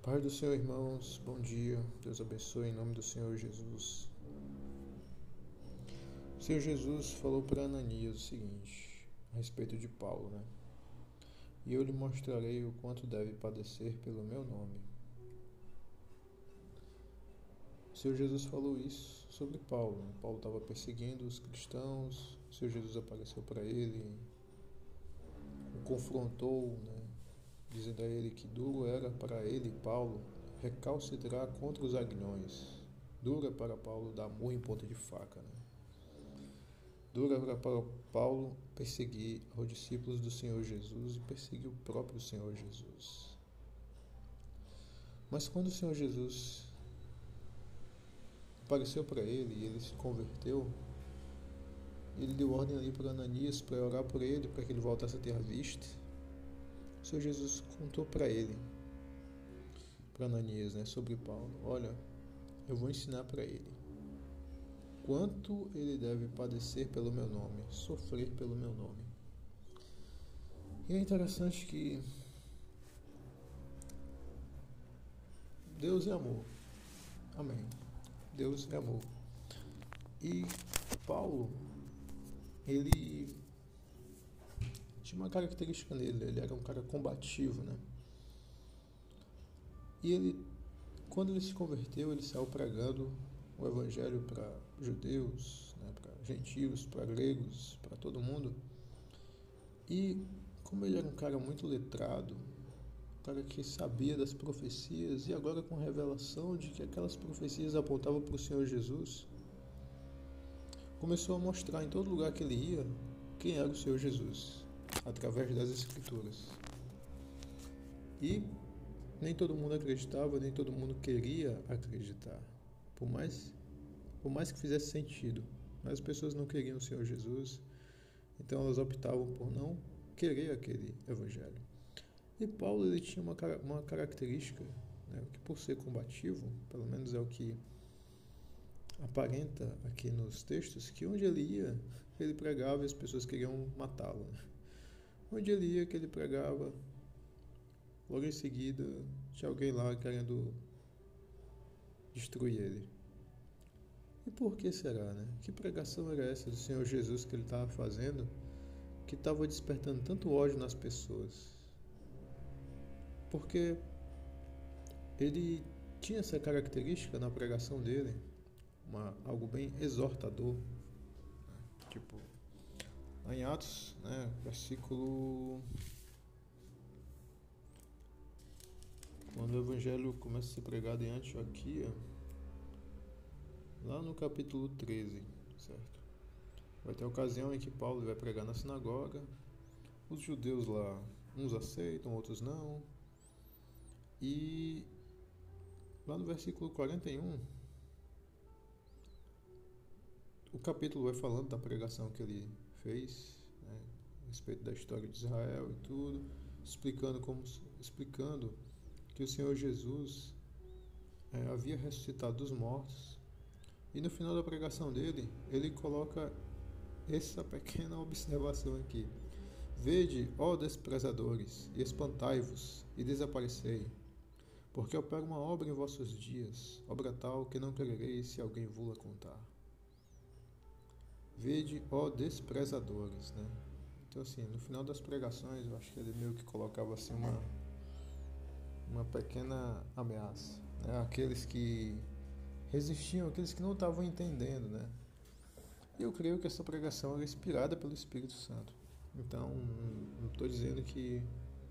Pai do Senhor, irmãos, bom dia. Deus abençoe em nome do Senhor Jesus. O Senhor Jesus falou para Ananias o seguinte, a respeito de Paulo, né? E eu lhe mostrarei o quanto deve padecer pelo meu nome. O Senhor Jesus falou isso sobre Paulo, né? Paulo estava perseguindo os cristãos, o Senhor Jesus apareceu para ele, o confrontou, né? Dizendo a ele que duro era para ele, Paulo, recalcitrar contra os aguilhões. Dura para Paulo dar murro em ponta de faca, né? Dura para Paulo perseguir os discípulos do Senhor Jesus e perseguir o próprio Senhor Jesus. Mas quando o Senhor Jesus apareceu para ele e ele se converteu, ele deu ordem ali para Ananias para orar por ele, para que ele voltasse a ter a vista. O Senhor Jesus contou para ele, para Ananias, né, sobre Paulo. Olha, eu vou ensinar para ele quanto ele deve padecer pelo meu nome, sofrer pelo meu nome. E é interessante que Deus é amor. Amém. Deus é amor. E Paulo, ele tinha uma característica nele, ele era um cara combativo, né? E ele, quando ele se converteu, ele saiu pregando o evangelho para judeus, né, para gentios, para gregos, para todo mundo. E como ele era um cara muito letrado, um cara que sabia das profecias, e agora com revelação de que aquelas profecias apontavam para o Senhor Jesus, começou a mostrar em todo lugar que ele ia quem era o Senhor Jesus, através das Escrituras. E nem todo mundo acreditava, nem todo mundo queria acreditar, por mais que fizesse sentido. Mas as pessoas não queriam o Senhor Jesus, então elas optavam por não querer aquele evangelho. E Paulo, ele tinha uma característica, né, que por ser combativo, pelo menos é o que aparenta aqui nos textos, que onde ele ia, ele pregava e as pessoas queriam matá-lo. Onde ele ia, que ele pregava, logo em seguida tinha alguém lá querendo destruir ele. E por que será, né? Que pregação era essa do Senhor Jesus que ele estava fazendo, que estava despertando tanto ódio nas pessoas? Porque ele tinha essa característica na pregação dele, algo bem exortador, né? Tipo, lá em Atos, né, versículo... Quando o evangelho começa a ser pregado em Antioquia, lá no capítulo 13, certo? Vai ter a ocasião em que Paulo vai pregar na sinagoga, os judeus lá, uns aceitam, outros não, e lá no versículo 41, o capítulo vai falando da pregação que ele fez, né, a respeito da história de Israel e tudo, explicando que o Senhor Jesus havia ressuscitado dos mortos. E no final da pregação dele, ele coloca essa pequena observação aqui: Vede, ó desprezadores, e espantai-vos, e desaparecei, porque opero uma obra em vossos dias, obra tal que não crereis se alguém vos-la contar. Vede, ó desprezadores, né? Então, assim, no final das pregações, eu acho que ele meio que colocava assim uma pequena ameaça, né? Aqueles que resistiam, aqueles que não estavam entendendo, né? E eu creio que essa pregação era inspirada pelo Espírito Santo. Então, não estou dizendo que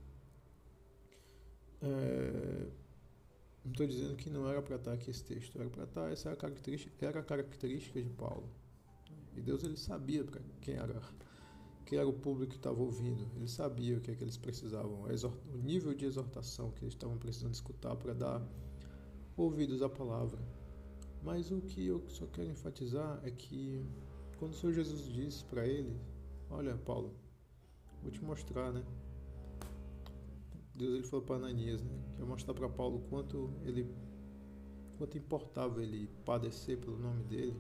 não estou dizendo que não era para estar aqui esse texto, era para estar, essa era a característica de Paulo. E Deus, ele sabia para quem era o público que estava ouvindo, ele sabia o que é que eles precisavam, o nível de exortação que eles estavam precisando escutar para dar ouvidos à palavra. Mas o que eu só quero enfatizar é que quando o Senhor Jesus disse para ele: olha, Paulo, vou te mostrar, né? Deus, ele falou para Ananias, né, que ia mostrar para Paulo quanto importava ele padecer pelo nome dele.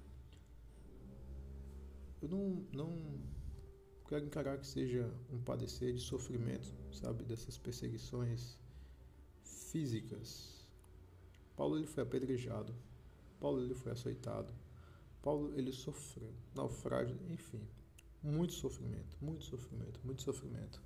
Eu não quero encarar que seja um padecer de sofrimento, sabe, dessas perseguições físicas. Paulo ele foi apedrejado, Paulo ele foi açoitado, Paulo ele sofreu naufrágio, enfim, muito sofrimento, muito sofrimento, muito sofrimento.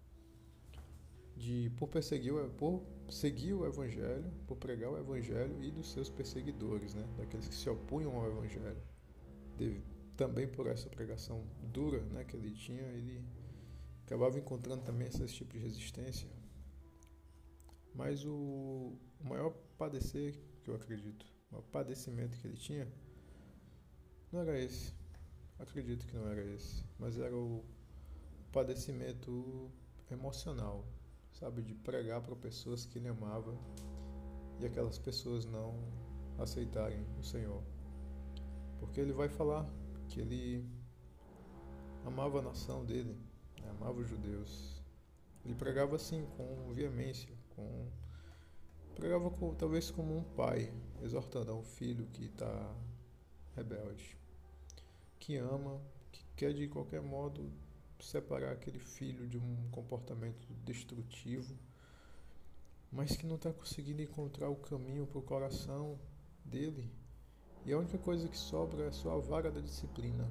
Por seguir o evangelho, por pregar o evangelho e dos seus perseguidores, né, daqueles que se opunham ao evangelho. Também por essa pregação dura, né, que ele tinha, ele acabava encontrando também esse tipo de resistência. Mas o maior padecer que eu acredito, o maior padecimento que ele tinha, não era esse. Acredito que não era esse, mas era o padecimento emocional, sabe, de pregar para pessoas que ele amava e aquelas pessoas não aceitarem o Senhor. Porque ele vai falar que ele amava a nação dele, né, amava os judeus. Ele pregava assim, com veemência, pregava talvez como um pai, exortando a um filho que está rebelde, que ama, que quer de qualquer modo separar aquele filho de um comportamento destrutivo, mas que não está conseguindo encontrar o caminho para o coração dele. E a única coisa que sobra é só a vara da disciplina.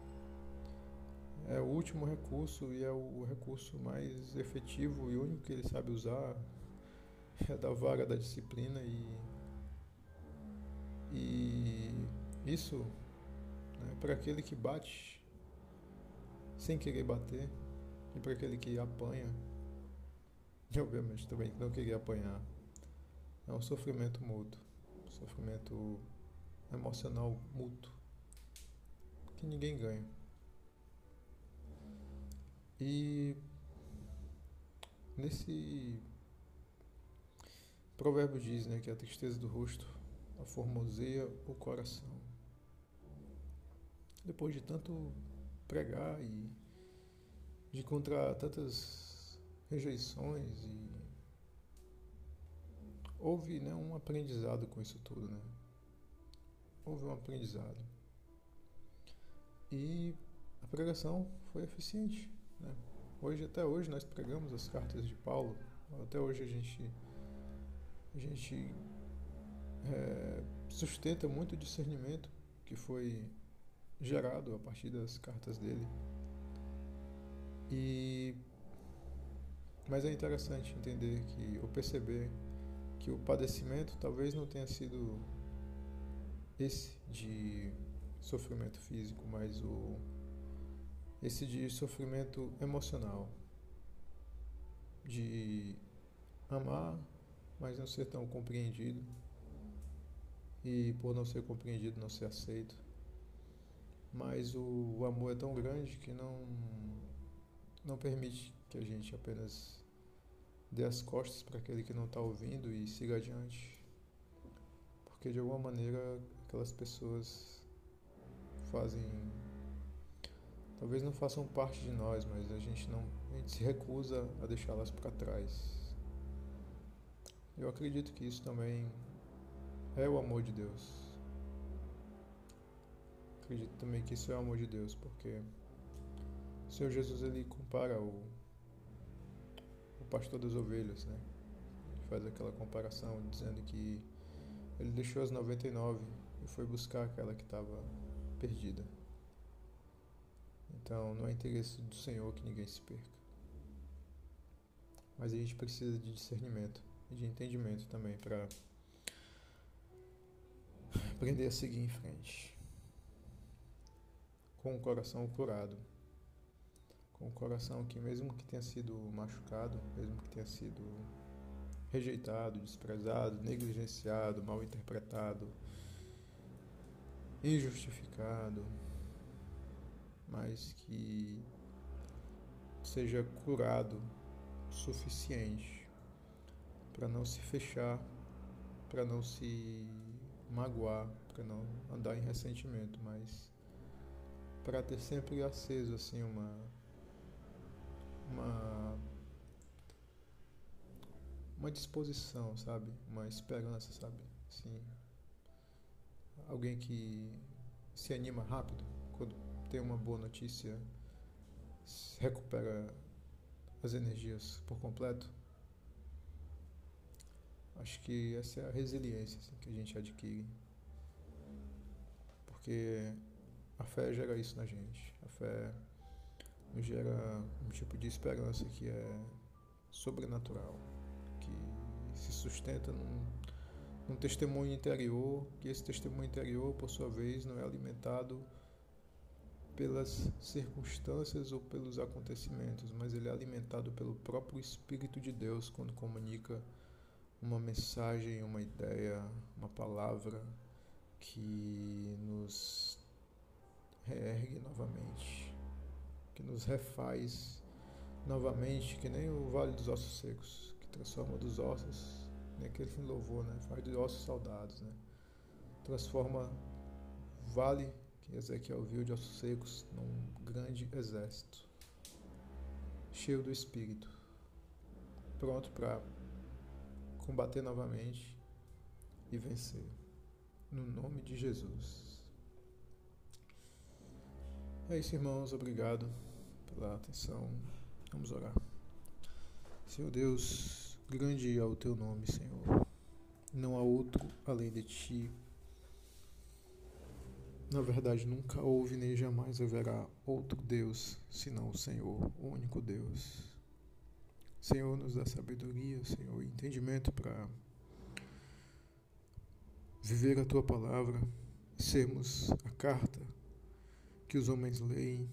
É o último recurso e é o recurso mais efetivo e único que ele sabe usar, é da vara da disciplina. E isso, né, para aquele que bate sem querer bater, e para aquele que apanha, e obviamente também não querer apanhar, é um sofrimento mútuo, um sofrimento emocional mútuo, que ninguém ganha. E nesse provérbio diz, né, que a tristeza do rosto aformoseia o coração. Depois de tanto pregar e de encontrar tantas rejeições, e houve, né, um aprendizado com isso tudo, né? Houve um aprendizado. E a pregação foi eficiente, né? Até hoje nós pregamos as cartas de Paulo. Até hoje a gente sustenta muito o discernimento que foi gerado a partir das cartas dele. Mas é interessante entender ou perceber que o padecimento talvez não tenha sido esse de sofrimento físico, mas esse de sofrimento emocional, de amar, mas não ser tão compreendido, e por não ser compreendido não ser aceito. Mas o amor é tão grande que não permite que a gente apenas dê as costas para aquele que não está ouvindo e siga adiante, porque de alguma maneira aquelas pessoas talvez não façam parte de nós, mas a gente se recusa a deixá-las para trás. Eu acredito que isso também é o amor de Deus. Acredito também que isso é o amor de Deus, porque o Senhor Jesus ele compara o pastor das ovelhas, né? Ele faz aquela comparação dizendo que ele deixou as 99 e foi buscar aquela que estava perdida. Então não é interesse do Senhor que ninguém se perca. Mas a gente precisa de discernimento e de entendimento também para aprender a seguir em frente. Com o coração curado. Com o coração que, mesmo que tenha sido machucado, mesmo que tenha sido rejeitado, desprezado, negligenciado, mal interpretado, injustificado, mas que seja curado o suficiente para não se fechar, para não se magoar, para não andar em ressentimento, mas para ter sempre aceso assim uma disposição, sabe? Uma esperança, sabe? Assim, alguém que se anima rápido quando tem uma boa notícia, recupera as energias por completo. Acho que essa é a resiliência assim, que a gente adquire, porque a fé gera isso na gente. A fé nos gera um tipo de esperança que é sobrenatural, que se sustenta num testemunho interior, que esse testemunho interior, por sua vez, não é alimentado pelas circunstâncias ou pelos acontecimentos, mas ele é alimentado pelo próprio Espírito de Deus quando comunica uma mensagem, uma ideia, uma palavra que nos reergue novamente, que nos refaz novamente, que nem o Vale dos Ossos Secos, que transforma dos ossos, nem aquele que louvor, né? Faz de ossos saudados, né? Transforma vale que Ezequiel viu de ossos secos num grande exército, cheio do Espírito, pronto para combater novamente e vencer. No nome de Jesus. É isso, irmãos. Obrigado pela atenção. Vamos orar. Senhor Deus, grande é o teu nome, Senhor. Não há outro além de ti. Na verdade, nunca houve nem jamais haverá outro Deus senão o Senhor, o único Deus. Senhor, nos dá sabedoria, Senhor, e entendimento para viver a tua palavra, sermos a carta que os homens leem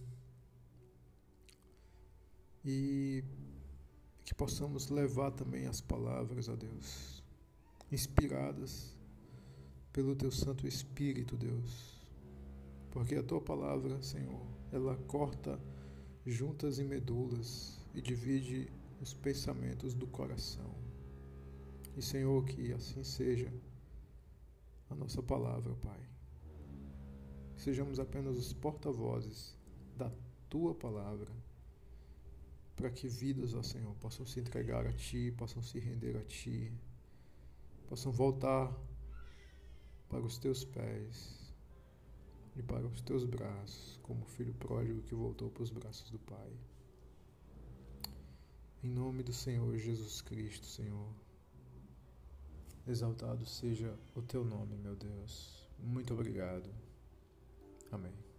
e que possamos levar também as palavras a Deus, inspiradas pelo teu Santo Espírito, Deus. Porque a tua palavra, Senhor, ela corta juntas e medulas e divide os pensamentos do coração. E, Senhor, que assim seja a nossa palavra, Pai. Que sejamos apenas os porta-vozes da tua palavra, para que vidas, ó Senhor, possam se entregar a ti, possam se render a ti, possam voltar para os teus pés e para os teus braços, como o filho pródigo que voltou para os braços do Pai. Em nome do Senhor Jesus Cristo, Senhor, exaltado seja o teu nome, meu Deus. Muito obrigado. Amém.